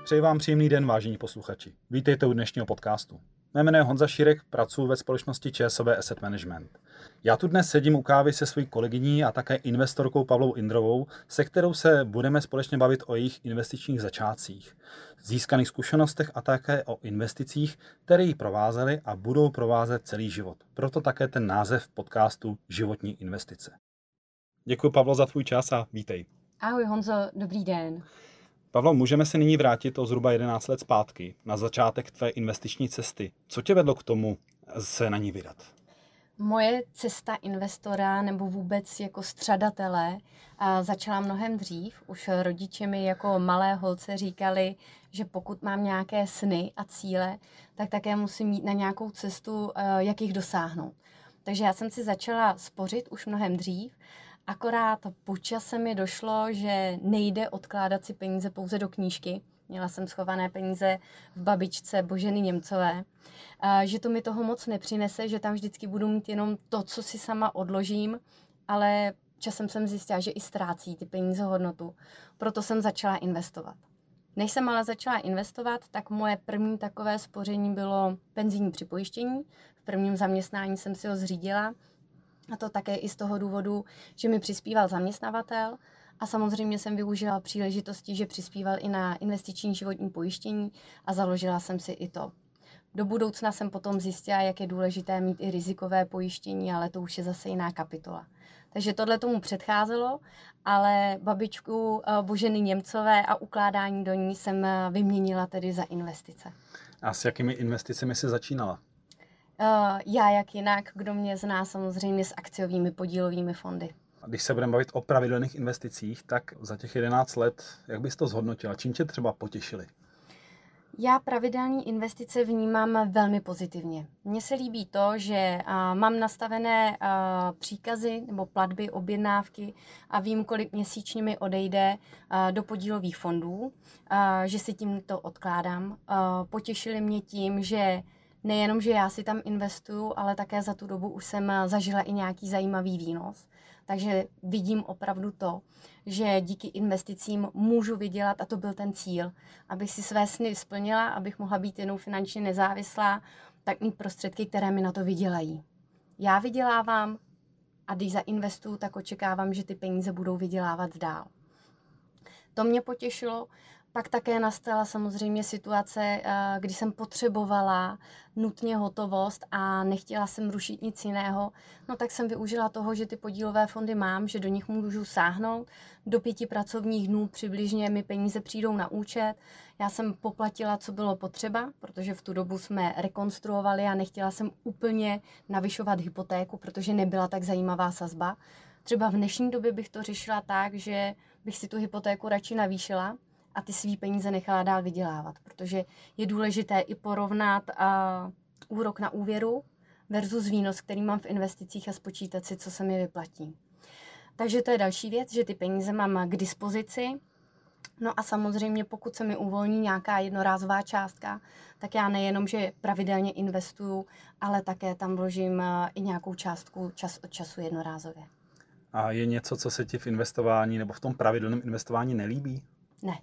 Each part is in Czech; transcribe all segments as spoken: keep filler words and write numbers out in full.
Přeji vám příjemný den, vážení posluchači. Vítejte u dnešního podcastu. Mé jméno je Honza Šírek, pracuji ve společnosti ČSOB Asset Management. Já tu dnes sedím u kávy se svojí kolegyní a také investorkou Pavlou Indrovou, se kterou se budeme společně bavit o jejich investičních začátcích, získaných zkušenostech a také o investicích, které ji provázely a budou provázet celý život. Proto také ten název podcastu Životní investice. Děkuji, Pavlo, za tvůj čas a vítej. Ahoj Honzo, dobrý den. Pavlo, můžeme se nyní vrátit o zhruba jedenáct let zpátky na začátek tvé investiční cesty. Co tě vedlo k tomu se na ní vydat? Moje cesta investora nebo vůbec jako střadatele začala mnohem dřív. Už rodiče mi jako malé holce říkali, že pokud mám nějaké sny a cíle, tak také musím jít na nějakou cestu, jak jich dosáhnout. Takže já jsem si začala spořit už mnohem dřív. Akorát po čase mi došlo, že nejde odkládat si peníze pouze do knížky. Měla jsem schované peníze v babičce Boženy Němcové, že to mi toho moc nepřinese, že tam vždycky budu mít jenom to, co si sama odložím, ale časem jsem zjistila, že i ztrácí ty peníze hodnotu. Proto jsem začala investovat. Než jsem ale začala investovat, tak moje první takové spoření bylo penzijní připojištění. V prvním zaměstnání jsem si ho zřídila. A to také i z toho důvodu, že mi přispíval zaměstnavatel a samozřejmě jsem využila příležitosti, že přispíval i na investiční životní pojištění a založila jsem si i to. Do budoucna jsem potom zjistila, jak je důležité mít i rizikové pojištění, ale to už je zase jiná kapitola. Takže tohle tomu předcházelo, ale babičku Boženy Němcové a ukládání do ní jsem vyměnila tedy za investice. A s jakými investicemi jsi začínala? Uh, já jak jinak, kdo mě zná, samozřejmě s akciovými podílovými fondy. Když se budeme bavit o pravidelných investicích, tak za těch jedenáct let, jak bys to zhodnotila? Čím tě třeba potěšily? Já pravidelné investice vnímám velmi pozitivně. Mně se líbí to, že uh, mám nastavené uh, příkazy nebo platby, objednávky a vím, kolik měsíčně mi odejde uh, do podílových fondů, uh, že si tím to odkládám. Uh, potěšily mě tím, že nejenom, že já si tam investuju, ale také za tu dobu už jsem zažila i nějaký zajímavý výnos. Takže vidím opravdu to, že díky investicím můžu vydělat a to byl ten cíl. Abych si své sny splnila, abych mohla být jednou finančně nezávislá, tak mít prostředky, které mi na to vydělají. Já vydělávám a když zainvestuju, tak očekávám, že ty peníze budou vydělávat dál. To mě potěšilo. Pak také nastala samozřejmě situace, kdy jsem potřebovala nutně hotovost a nechtěla jsem rušit nic jiného. No tak jsem využila toho, že ty podílové fondy mám, že do nich můžu sáhnout. Do pěti pracovních dnů přibližně mi peníze přijdou na účet. Já jsem poplatila, co bylo potřeba, protože v tu dobu jsme rekonstruovali a nechtěla jsem úplně navyšovat hypotéku, protože nebyla tak zajímavá sazba. Třeba v dnešní době bych to řešila tak, že bych si tu hypotéku radši navýšila a ty svý peníze nechala dál vydělávat, protože je důležité i porovnat uh, úrok na úvěru versus výnos, který mám v investicích a spočítat si, co se mi vyplatí. Takže to je další věc, že ty peníze mám k dispozici. No a samozřejmě, pokud se mi uvolní nějaká jednorázová částka, tak já nejenom, že pravidelně investuju, ale také tam vložím uh, i nějakou částku čas od času jednorázově. A je něco, co se ti v investování nebo v tom pravidelném investování nelíbí? Ne.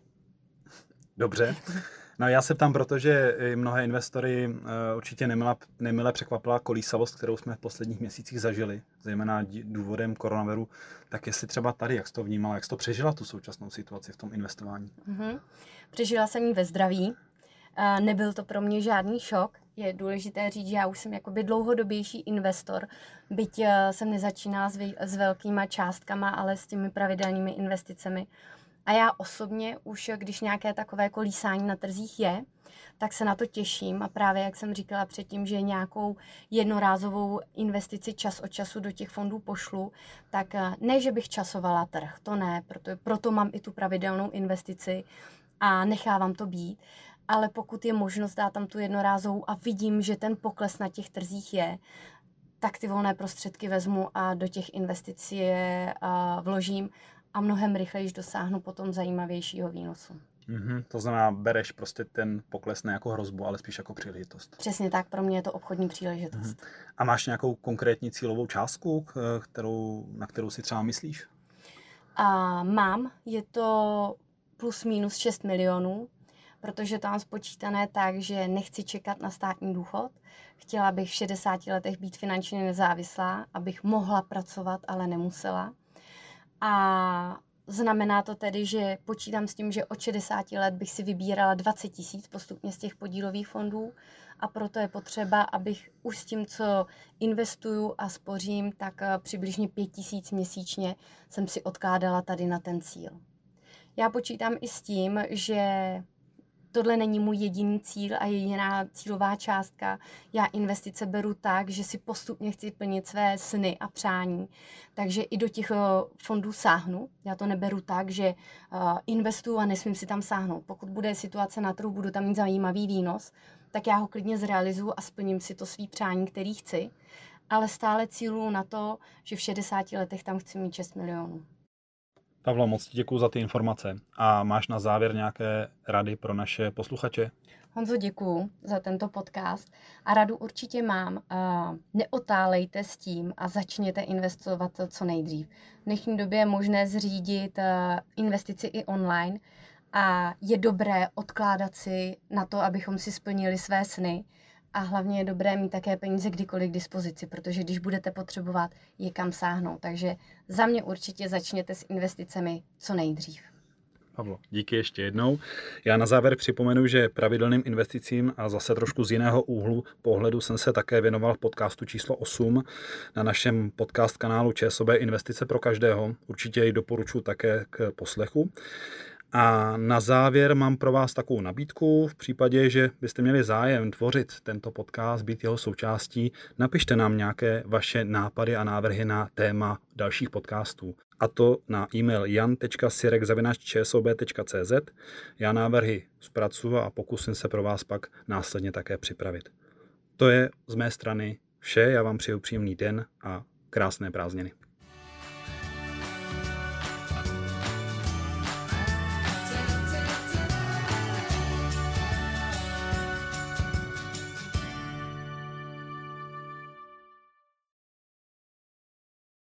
Dobře. No já se ptám, protože mnohé investory uh, určitě nemile, nemile překvapila kolísavost, kterou jsme v posledních měsících zažili, zejména důvodem koronaviru. Tak jestli třeba tady, jak jsi to vnímala, jak jsi to přežila, tu současnou situaci v tom investování? Mm-hmm. Přežila jsem ji ve zdraví. Uh, nebyl to pro mě žádný šok. Je důležité říct, že já už jsem jakoby dlouhodobější investor, byť uh, jsem nezačínala s, vy, s velkýma částkama, ale s těmi pravidelnými investicemi. A já osobně už, když nějaké takové kolísání na trzích je, tak se na to těším a právě, jak jsem říkala předtím, že nějakou jednorázovou investici čas od času do těch fondů pošlu, tak ne, že bych časovala trh, to ne, proto, proto mám i tu pravidelnou investici a nechávám to být, ale pokud je možnost dát tam tu jednorázovou a vidím, že ten pokles na těch trzích je, tak ty volné prostředky vezmu a do těch investic je vložím a mnohem rychleji dosáhnu potom zajímavějšího výnosu. Mm-hmm. To znamená, bereš prostě ten pokles ne jako hrozbu, ale spíš jako příležitost. Přesně tak, pro mě je to obchodní příležitost. Mm-hmm. A máš nějakou konkrétní cílovou částku, kterou, na kterou si třeba myslíš? A mám, je to plus minus šest milionů. protože to mám spočítané tak, že nechci čekat na státní důchod. Chtěla bych v šedesáti letech být finančně nezávislá, abych mohla pracovat, ale nemusela. A znamená to tedy, že počítám s tím, že od šedesáti let bych si vybírala dvacet tisíc postupně z těch podílových fondů a proto je potřeba, abych už s tím, co investuju a spořím, tak přibližně pět tisíc měsíčně jsem si odkládala tady na ten cíl. Já počítám i s tím, že tohle není můj jediný cíl a jediná cílová částka. Já investice beru tak, že si postupně chci plnit své sny a přání. Takže i do těch fondů sáhnu. Já to neberu tak, že investuju a nesmím si tam sáhnout. Pokud bude situace na trhu, budu tam mít zajímavý výnos, tak já ho klidně zrealizuju a splním si to svý přání, který chci. Ale stále cíluju na to, že v šedesáti letech tam chci mít šest milionů. Pavlo, moc ti děkuju za ty informace. A máš na závěr nějaké rady pro naše posluchače? Honzo, děkuju za tento podcast a radu určitě mám. Uh, neotálejte s tím a začněte investovat co nejdřív. V dnešní době je možné zřídit uh, investici i online a je dobré odkládat si na to, abychom si splnili své sny. A hlavně je dobré mít také peníze kdykoliv k dispozici, protože když budete potřebovat, je kam sáhnout. Takže za mě určitě začněte s investicemi co nejdřív. Pavlo, díky ještě jednou. Já na závěr připomenu, že pravidelným investicím a zase trošku z jiného úhlu pohledu jsem se také věnoval v podcastu číslo osm na našem podcast kanálu ČSOB Investice pro každého. Určitě ji doporučuji také k poslechu. A na závěr mám pro vás takovou nabídku. V případě, že byste měli zájem tvořit tento podcast, být jeho součástí, napište nám nějaké vaše nápady a návrhy na téma dalších podcastů. A to na e-mail jan tečka sirek zavináč čsob tečka cz. Já návrhy zpracuju a pokusím se pro vás pak následně také připravit. To je z mé strany vše. Já vám přeju příjemný den a krásné prázdniny.